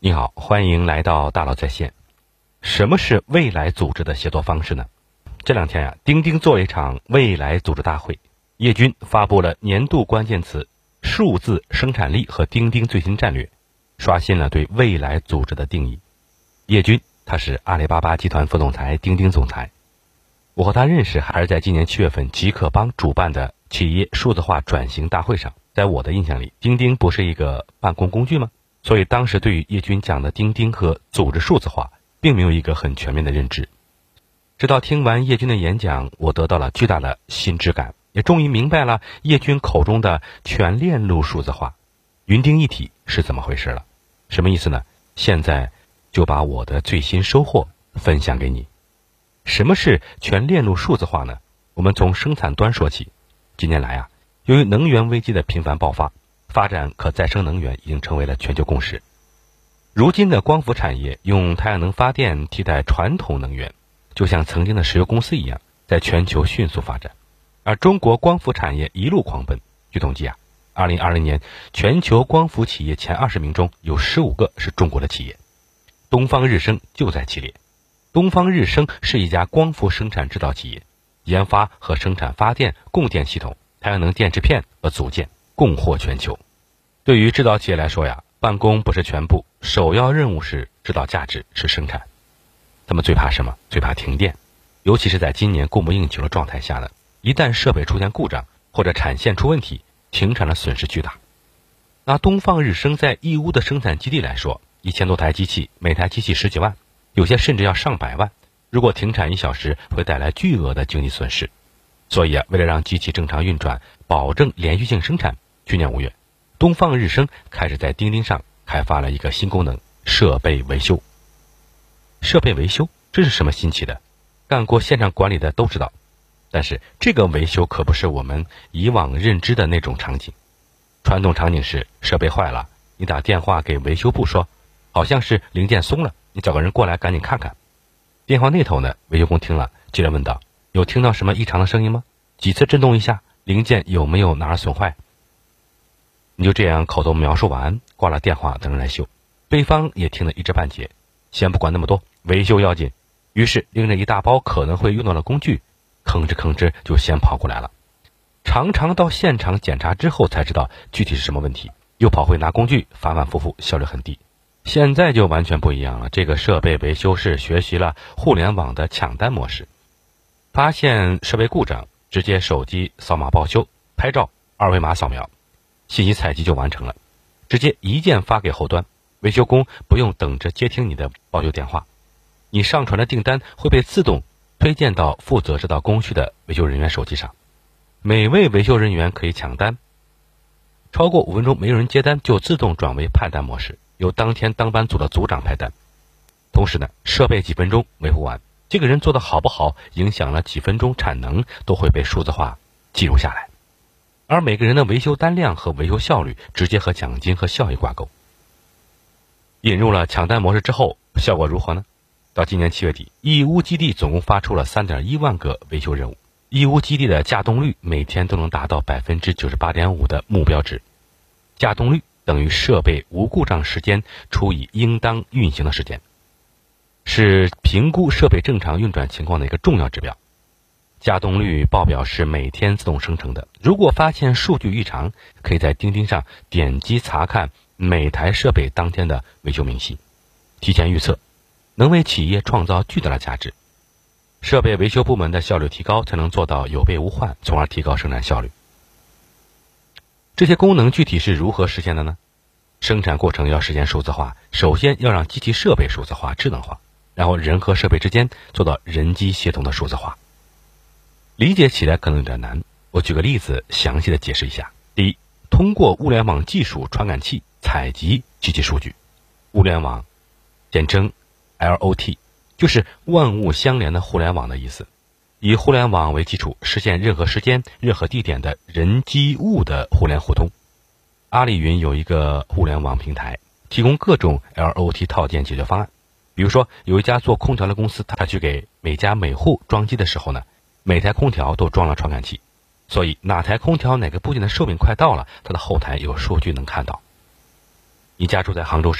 你好，欢迎来到大佬在线。什么是未来组织的协作方式呢？这两天钉钉做了一场未来组织大会，叶军发布了年度关键词数字生产力和钉钉最新战略，刷新了对未来组织的定义。叶军他是阿里巴巴集团副总裁，钉钉总裁。我和他认识还是在今年7月份极客帮主办的企业数字化转型大会上。在我的印象里，钉钉不是一个办公工具吗？所以当时对于叶军讲的钉钉和组织数字化并没有一个很全面的认知。直到听完叶军的演讲，我得到了巨大的新知感，也终于明白了叶军口中的全链路数字化、云钉一体是怎么回事了。什么意思呢？现在就把我的最新收获分享给你。什么是全链路数字化呢？我们从生产端说起。近年来由于能源危机的频繁爆发，发展可再生能源已经成为了全球共识。如今的光伏产业用太阳能发电替代传统能源，就像曾经的石油公司一样，在全球迅速发展。而中国光伏产业一路狂奔。据统计2020年全球光伏企业前20名中有15个是中国的企业，东方日升就在其列。东方日升是一家光伏生产制造企业，研发和生产发电供电系统、太阳能电池片和组件，供货全球。对于制造企业来说办公不是全部，首要任务是制造价值，是生产。他们最怕什么？最怕停电，尤其是在今年供不应求的状态下呢，一旦设备出现故障或者产线出问题，停产的损失巨大。拿东方日升在义乌的生产基地来说，1000多台机器，每台机器10几万，有些甚至要上百万。如果停产1小时，会带来巨额的经济损失。所以为了让机器正常运转，保证连续性生产，去年5月，东方日升开始在钉钉上开发了一个新功能——设备维修。设备维修，这是什么新奇的？干过现场管理的都知道。但是这个维修可不是我们以往认知的那种场景。传统场景是设备坏了，你打电话给维修部说，好像是零件松了，你找个人过来赶紧看看。电话那头呢，维修工听了，接着问道：有听到什么异常的声音吗？几次震动一下，零件有没有哪儿损坏？你就这样口头描述完，挂了电话等人来修。对方也听得一知半解，先不管那么多，维修要紧。于是拎着一大包可能会用到的工具，吭哧就先跑过来了。常常到现场检查之后才知道具体是什么问题，又跑回拿工具，反反复复，效率很低。现在就完全不一样了，这个设备维修是学习了互联网的抢单模式，发现设备故障，直接手机扫码报修，拍照，2维码扫描，信息采集就完成了，直接一键发给后端，维修工不用等着接听你的报修电话，你上传的订单会被自动推荐到负责这道工序的维修人员手机上，每位维修人员可以抢单，超过5分钟没有人接单就自动转为派单模式，由当天当班组的组长派单。同时呢，设备几分钟维护完，这个人做的好不好，影响了几分钟产能，都会被数字化记录下来。而每个人的维修单量和维修效率直接和奖金和效益挂钩。引入了抢单模式之后，效果如何呢？到今年7月底，义乌基地总共发出了3.1万个维修任务，义乌基地的稼动率每天都能达到 98.5% 的目标值。稼动率等于设备无故障时间除以应当运行的时间，是评估设备正常运转情况的一个重要指标。稼动率报表是每天自动生成的，如果发现数据异常，可以在钉钉上点击查看每台设备当天的维修明细，提前预测，能为企业创造巨大的价值。设备维修部门的效率提高，才能做到有备无患，从而提高生产效率。这些功能具体是如何实现的呢？生产过程要实现数字化，首先要让机器设备数字化、智能化，然后人和设备之间做到人机协同的数字化。理解起来可能有点难，我举个例子详细的解释一下。第一，通过物联网技术传感器采集机器数据。物联网简称 LOT， 就是万物相连的互联网的意思。以互联网为基础，实现任何时间、任何地点的人机物的互联互通。阿里云有一个互联网平台，提供各种 LOT 套件解决方案。比如说，有一家做空调的公司，他去给每家每户装机的时候呢，每台空调都装了传感器，所以哪台空调哪个部件的寿命快到了，它的后台有数据能看到。你家住在杭州市，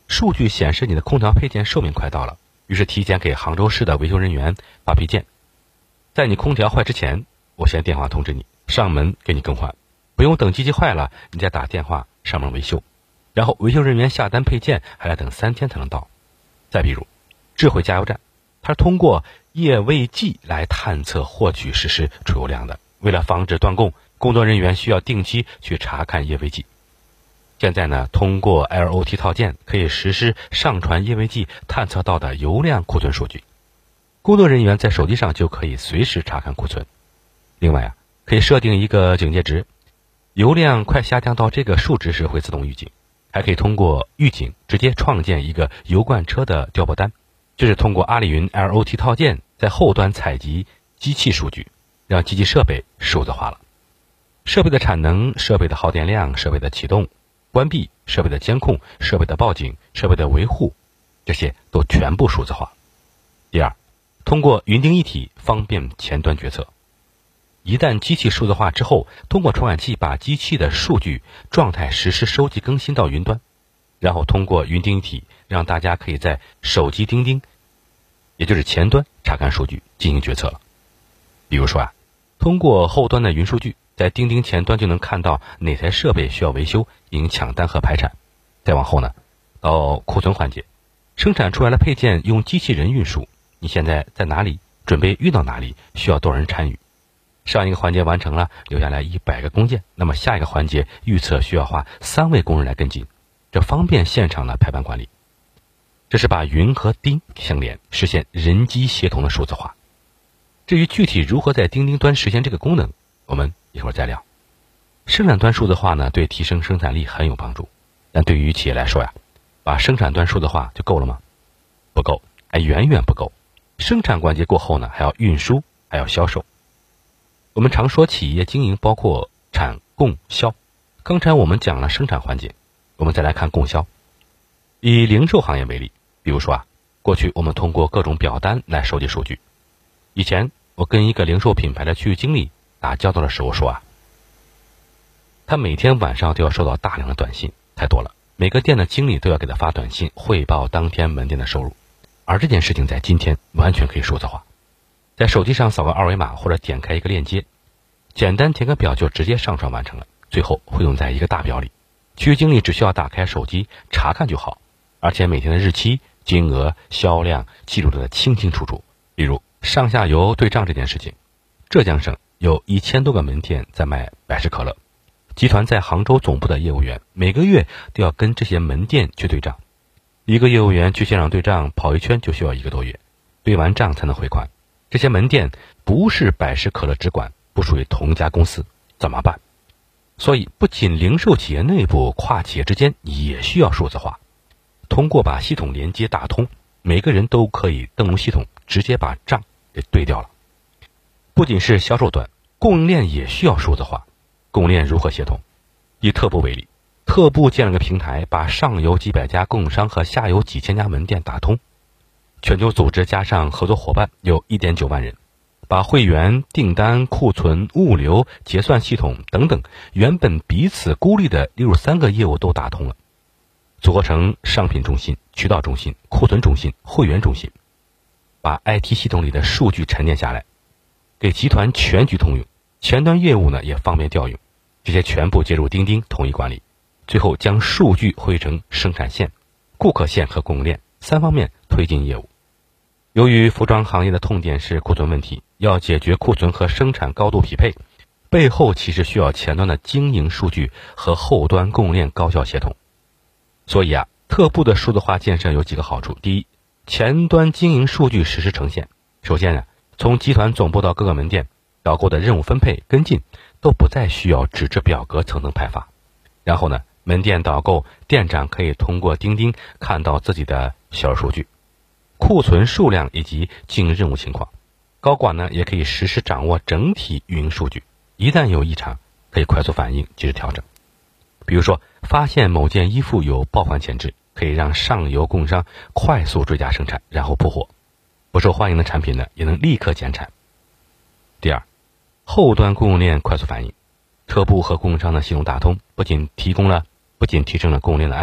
数据显示你的空调配件寿命快到了，于是提前给杭州市的维修人员发配件，在你空调坏之前，我先电话通知你，上门给你更换，不用等机器坏了你再打电话上门维修，然后维修人员下单配件还要等3天才能到。再比如智慧加油站，它是通过液位计来探测获取实时储油量的，为了防止断供，工作人员需要定期去查看液位计。现在呢，通过 LOT 套件可以实时上传液位计探测到的油量库存数据，工作人员在手机上就可以随时查看库存。另外可以设定一个警戒值，油量快下降到这个数值时会自动预警，还可以通过预警直接创建一个油罐车的调拨单，这是通过阿里云 LOT 套件在后端采集机器数据，让机器设备数字化了。设备的产能、设备的耗电量、设备的启动、关闭、设备的监控、设备的报警、设备的维护，这些都全部数字化。第二，通过云盯一体方便前端决策。一旦机器数字化之后，通过传感器把机器的数据状态实时收集更新到云端，然后通过云盯一体让大家可以在手机钉钉，也就是前端查看数据进行决策了。比如说通过后端的云数据，在钉钉前端就能看到哪台设备需要维修，应抢单和排产。再往后呢，到库存环节，生产出来的配件用机器人运输，你现在在哪里，准备运到哪里，需要多少人参与。上一个环节完成了，留下来100个工件，那么下一个环节预测需要花3位工人来跟进，这方便现场的排班管理。这是把云和钉相连，实现人机协同的数字化。至于具体如何在钉钉端实现这个功能，我们一会儿再聊。生产端数字化呢，对提升生产力很有帮助，但对于企业来说把生产端数字化就够了吗？不够，还远远不够。生产环节过后呢，还要运输，还要销售。我们常说企业经营包括产供销，刚才我们讲了生产环节，我们再来看供销。以零售行业为例，比如说过去我们通过各种表单来收集数据。以前我跟一个零售品牌的区域经理打交道的时候说他每天晚上都要收到大量的短信，太多了，每个店的经理都要给他发短信汇报当天门店的收入，而这件事情在今天完全可以数字化，在手机上扫个2维码或者点开一个链接，简单填个表就直接上传完成了，最后汇总在一个大表里，区域经理只需要打开手机查看就好，而且每天的日期、金额、销量记录得清清楚楚。比如上下游对账这件事情，浙江省有1000多个门店在卖百事可乐，集团在杭州总部的业务员每个月都要跟这些门店去对账，一个业务员去现场对账跑一圈就需要1个多月，对完账才能回款。这些门店不是百事可乐直管，不属于同一家公司，怎么办？所以不仅零售企业内部，跨企业之间也需要数字化。通过把系统连接打通，每个人都可以登录系统，直接把账给对掉了。不仅是销售端，供应链也需要数字化。供应链如何协同？以特步为例，特步建了个平台，把上游几百家供应商和下游几千家门店打通，全球组织加上合作伙伴有1.9万人，把会员、订单、库存、物流、结算系统等等原本彼此孤立的63个业务都打通了，组合成商品中心、渠道中心、库存中心、会员中心，把 IT 系统里的数据沉淀下来，给集团全局通用，前端业务呢也方便调用，这些全部接入钉钉统一管理，最后将数据汇成生产线、顾客线和供应链3方面推进业务。由于服装行业的痛点是库存问题，要解决库存和生产高度匹配，背后其实需要前端的经营数据和后端供应链高效协同。所以特步的数字化建设有几个好处。第一，前端经营数据实时呈现。首先从集团总部到各个门店，导购的任务分配跟进都不再需要纸质表格层层派发。然后门店导购店长可以通过钉钉看到自己的销售数据、库存数量以及经营任务情况。高管也可以实时掌握整体运营数据，一旦有异常可以快速反应，及时调整。比如说发现某件衣服有报换前置，可以让上游供应商快速追加生产，然后补货，不受欢迎的产品也能立刻减产。第二，后端供应链快速反应。特步和供应商的系统打通，不仅提升了供应链的安全，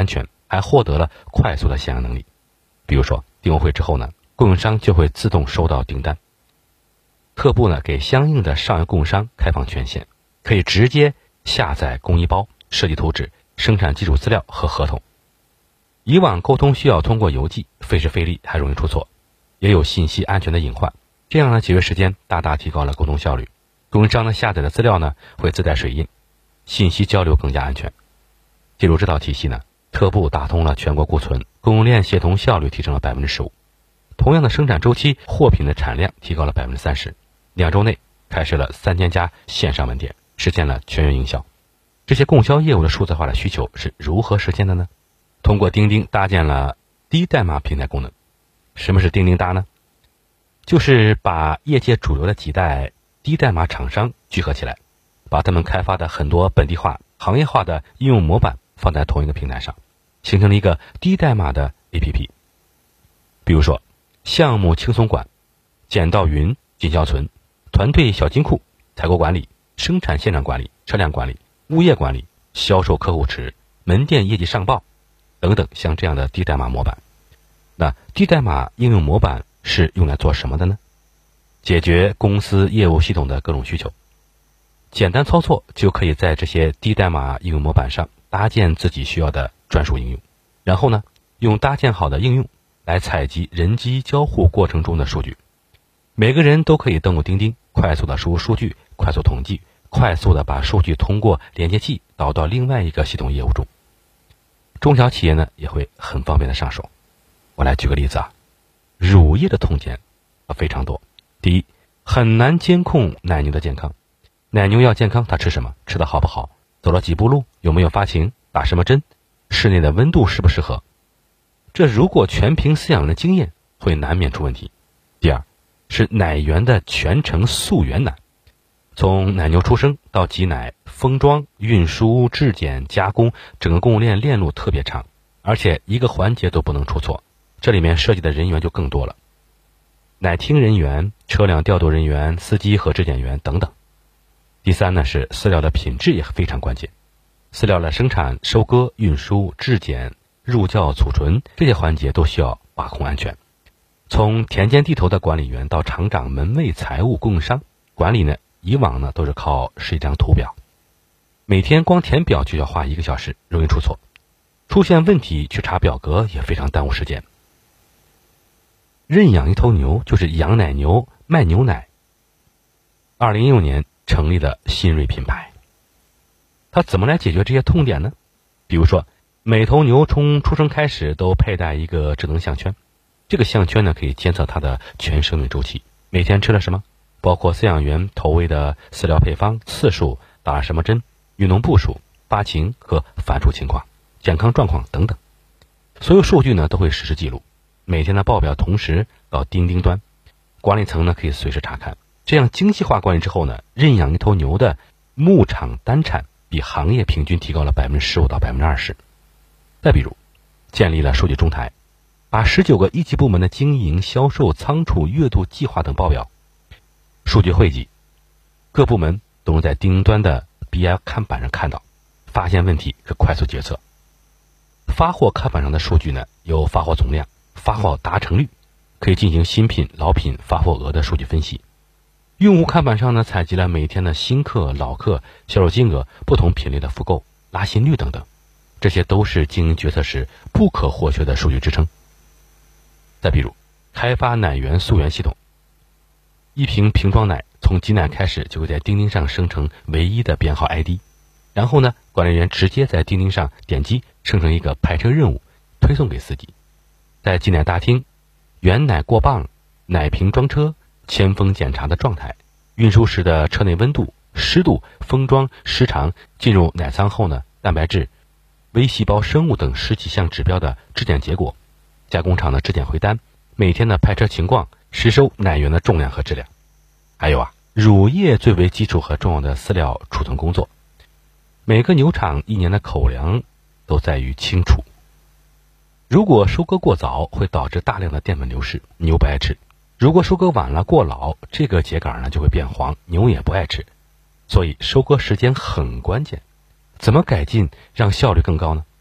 还获得了快速的限量能力。比如说订货会之后呢，供应商就会自动收到订单。特步呢给相应的上游供应商开放权限，可以直接下载工艺包、设计图纸、生产基础资料和合同。以往沟通需要通过邮寄，费时费力，还容易出错，也有信息安全的隐患。这样呢节约时间，大大提高了沟通效率。供应商呢下载的资料呢会自带水印，信息交流更加安全。借助这套体系呢，特步打通了全国库存，供应链协同效率提升了 15%。同样的生产周期，货品的产量提高了 30%。2周内开设了3000家线上门店，实现了全员营销。这些供销业务的数字化的需求是如何实现的呢？通过钉钉搭建了低代码平台功能。什么是钉钉搭呢？就是把业界主流的几代低代码厂商聚合起来，把他们开发的很多本地化、行业化的应用模板放在同一个平台上，形成了一个低代码的 APP。 比如说项目轻松管、捡到云、进销存、团队小金库、采购管理、生产现场管理、车辆管理、物业管理、销售客户池、门店业绩上报等等，像这样的低代码模板。那低代码应用模板是用来做什么的呢？解决公司业务系统的各种需求。简单操作就可以在这些低代码应用模板上搭建自己需要的专属应用，然后呢，用搭建好的应用来采集人机交互过程中的数据。每个人都可以登录钉钉，快速的输入数据，快速统计，快速的把数据通过连接器导到另外一个系统业务中。中小企业呢也会很方便的上手。我来举个例子啊，乳业的痛点非常多。第一，很难监控奶牛的健康。奶牛要健康，它吃什么？吃得好不好？走了几步路？有没有发情？打什么针？室内的温度适不适合？这如果全凭饲养人的经验，会难免出问题。第二，是奶源的全程溯源难。从奶牛出生到挤奶、封装、运输、质检、加工，整个供应链链路特别长，而且一个环节都不能出错。这里面涉及的人员就更多了，奶厅人员、车辆调度人员、司机和质检员等等。第三呢，是饲料的品质也非常关键。饲料的生产、收割、运输、质检、入窖储存，这些环节都需要把控安全。从田间地头的管理员到厂长、门卫、财务、供应商管理呢，以往呢都是靠是一张图表，每天光填表就要花1个小时，容易出错。出现问题去查表格也非常耽误时间。认养一头牛就是养奶牛、卖牛奶。2016年成立了新锐品牌。它怎么来解决这些痛点呢？比如说，每头牛从出生开始都佩戴一个智能项圈，这个项圈呢可以监测它的全生命周期，每天吃了什么，包括饲养员投喂的饲料配方、次数、打了什么针、运动步数、发情和繁殖情况、健康状况等等。所有数据呢都会实时记录，每天的报表同时到钉钉端，管理层呢可以随时查看。这样精细化管理之后呢，认养一头牛的牧场单产比行业平均提高了 15%到 20%。 再比如，建立了数据中台，把19个一级部门的经营、销售、仓储、月度计划等报表数据汇集，各部门都能在钉钉端的 BI 看板上看到，发现问题可快速决策。发货看板上的数据呢，有发货总量、发货达成率，可以进行新品、老品发货额的数据分析。用户看板上呢，采集了每天的新客、老客、销售金额、不同品类的复购、拉新率等等，这些都是经营决策时不可或缺的数据支撑。再比如，开发奶源溯源系统，一瓶瓶装奶从挤奶开始就会在钉钉上生成唯一的编号 ID， 然后呢，管理员直接在钉钉上点击生成一个派车任务，推送给司机。在挤奶大厅，原奶过磅、奶瓶装车、铅封检查的状态、运输时的车内温度、湿度、封装时长，进入奶仓后呢，蛋白质、微细胞生物等10几项指标的质检结果，加工厂的质检回单，每天的派车情况，实收奶源的重量和质量。还有乳业最为基础和重要的饲料储存工作。每个牛场1年的口粮都在于清储。如果收割过早，会导致大量的淀粉流失，牛不爱吃。如果收割晚了过老，这个秸秆呢就会变黄，牛也不爱吃。所以收割时间很关键。怎么改进让效率更高呢？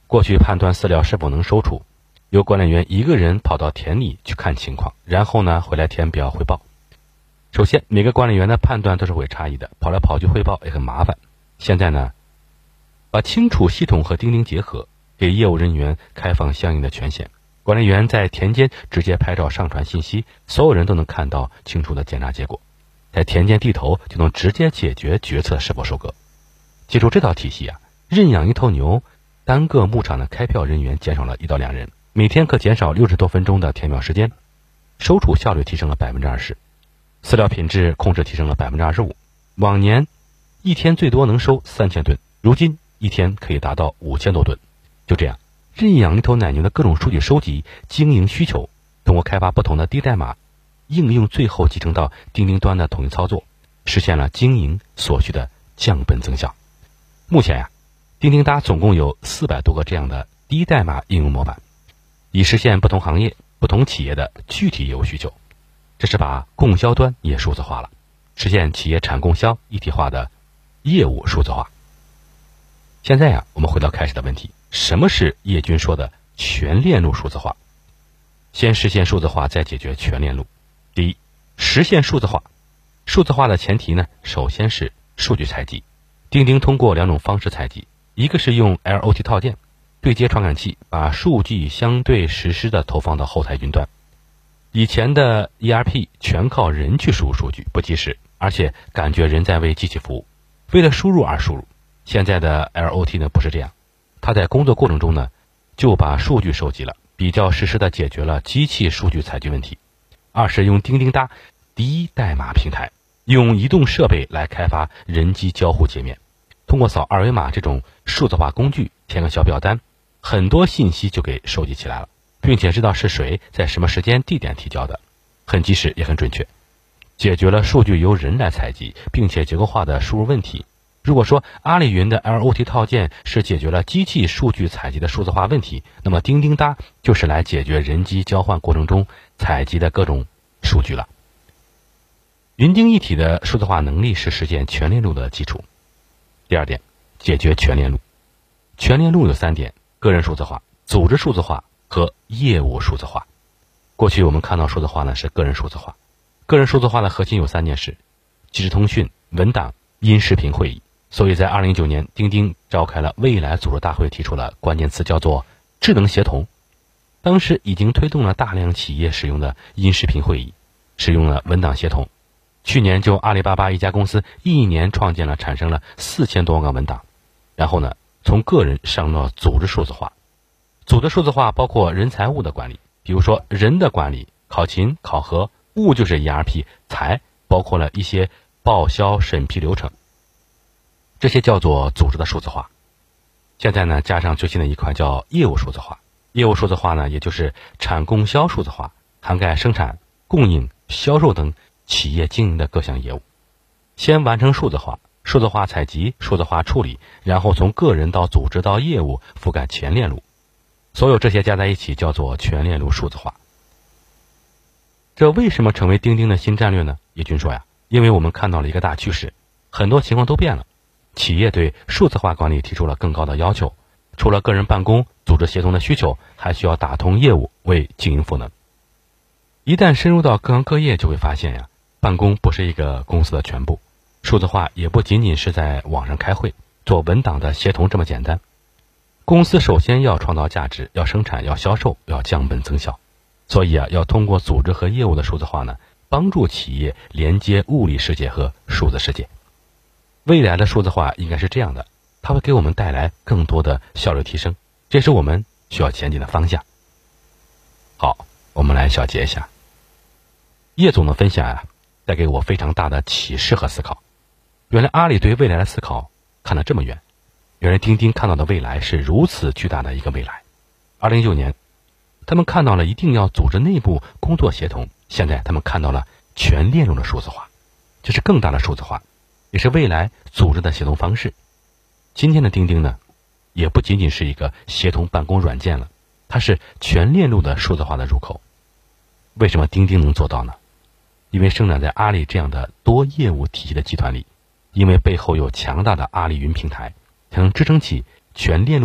过去判断饲料是否能收储，由管理员一个人跑到田里去看情况，然后呢回来填表汇报。首先每个管理员的判断都是会差异的，跑来跑去汇报也很麻烦。现在呢，把清楚系统和钉钉结合，给业务人员开放相应的权限，管理员在田间直接拍照上传信息，所有人都能看到清楚的检查结果，在田间地头就能直接解决决策是否收割。记住这套体系啊，认养一头牛，单个牧场的开票人员减少了1到2人，每天可减少60多分钟的填表时间，收储效率提升了20%，饲料品质控制提升了25%。往年一天最多能收3000吨，如今一天可以达到5000多吨。就这样，认养一头奶牛的各种数据收集、经营需求，通过开发不同的低代码应用，最后集成到钉钉端的统一操作，实现了经营所需的降本增效。目前呀，钉钉搭总共有400多个这样的低代码应用模板，以实现不同行业、不同企业的具体业务需求。这是把供销端也数字化了，实现企业产供销一体化的业务数字化。现在呀，我们回到开始的问题，什么是叶军说的全链路数字化？先实现数字化，再解决全链路。第一，实现数字化。数字化的前提呢，首先是数据采集。钉钉通过2种方式采集，一个是用 LOT 套件对接传感器，把数据相对实时的投放到后台云端。以前的 ERP 全靠人去输入数据，不及时，而且感觉人在为机器服务，为了输入而输入。现在的 LOT 呢不是这样，它在工作过程中呢就把数据收集了，比较实时的解决了机器数据采集问题。二是用钉钉搭低代码平台，用移动设备来开发人机交互界面，通过扫二维码这种数字化工具，填个小表单，很多信息就给收集起来了，并且知道是谁在什么时间地点提交的，很及时也很准确，解决了数据由人来采集并且结构化的输入问题。如果说阿里云的 LOT 套件是解决了机器数据采集的数字化问题，那么钉钉搭就是来解决人机交换过程中采集的各种数据了。云钉一体的数字化能力是实现全链路的基础。第二点，解决全链路。全链路有3点：个人数字化、组织数字化和业务数字化。过去我们看到数字化呢是个人数字化，个人数字化的核心有3件事：即时通讯、文档、音视频会议。所以在2019年，钉钉召开了未来组织大会，提出了关键词叫做智能协同。当时已经推动了大量企业使用的音视频会议，使用了文档协同。去年就阿里巴巴一家公司1年创建了产生了4000多万个文档。然后呢，从个人上到组织数字化。组织数字化包括人财物的管理，比如说人的管理、考勤、考核，物就是 ERP， 财包括了一些报销审批流程，这些叫做组织的数字化。现在呢，加上最新的一块叫业务数字化。业务数字化呢，也就是产供销数字化，涵盖生产、供应、销售等企业经营的各项业务。先完成数字化，数字化采集、数字化处理，然后从个人到组织到业务，覆盖全链路。所有这些加在一起叫做全链路数字化。这为什么成为钉钉的新战略呢？叶军说呀，因为我们看到了一个大趋势，很多情况都变了。企业对数字化管理提出了更高的要求，除了个人办公、组织协同的需求，还需要打通业务，为经营赋能。一旦深入到各行各业，就会发现呀，办公不是一个公司的全部，数字化也不仅仅是在网上开会、做文档的协同这么简单。公司首先要创造价值，要生产，要销售，要降本增效。所以要通过组织和业务的数字化呢，帮助企业连接物理世界和数字世界。未来的数字化应该是这样的，它会给我们带来更多的效率提升，这是我们需要前进的方向。好，我们来小结一下。叶总的分享啊，带给我非常大的启示和思考。原来阿里对未来的思考看得这么远，原来钉钉看到的未来是如此巨大的一个未来。2019年，他们看到了一定要组织内部工作协同，现在他们看到了全链路的数字化，这是更大的数字化，也是未来组织的协同方式。今天的钉钉呢，也不仅仅是一个协同办公软件了，它是全链路的数字化的入口。为什么钉钉能做到呢？因为生长在阿里这样的多业务体系的集团里，因为背后有强大的阿里云平台，才能支撑起全链路的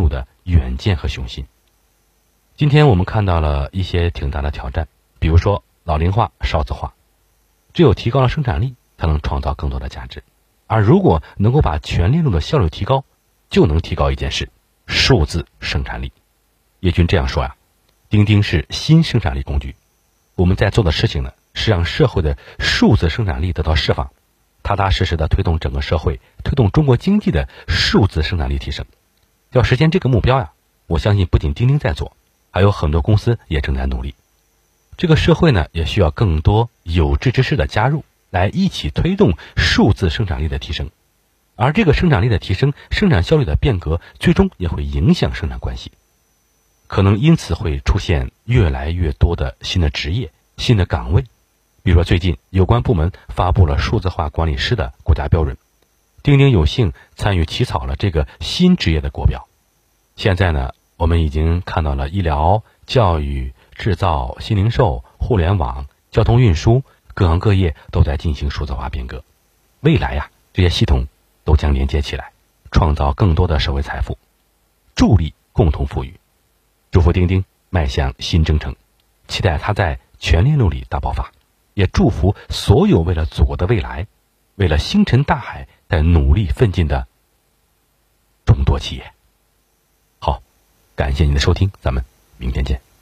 远见和雄心。今天我们看到了一些挺大的挑战，比如说老龄化、少子化，只有提高了生产力，才能创造更多的价值。而如果能够把全链路的效率提高，就能提高一件事：数字生产力。叶军这样说呀，钉钉是新生产力工具，我们在做的事情呢，是让社会的数字生产力得到释放，踏踏实实的推动整个社会，推动中国经济的数字生产力提升。要实现这个目标呀，我相信不仅钉钉在做，还有很多公司也正在努力。这个社会呢，也需要更多有志之士的加入，来一起推动数字生产力的提升。而这个生产力的提升，生产效率的变革，最终也会影响生产关系。可能因此会出现越来越多的新的职业、新的岗位。比如说最近有关部门发布了数字化管理师的国家标准，钉钉有幸参与起草了这个新职业的国标。现在呢，我们已经看到了医疗、教育、制造、新零售、互联网、交通运输，各行各业都在进行数字化变革。未来呀，这些系统都将连接起来，创造更多的社会财富，助力共同富裕。祝福钉钉迈向新征程，期待它在全链路里大爆发，也祝福所有为了祖国的未来，为了星辰大海在努力奋进的众多企业。好，感谢您的收听，咱们明天见。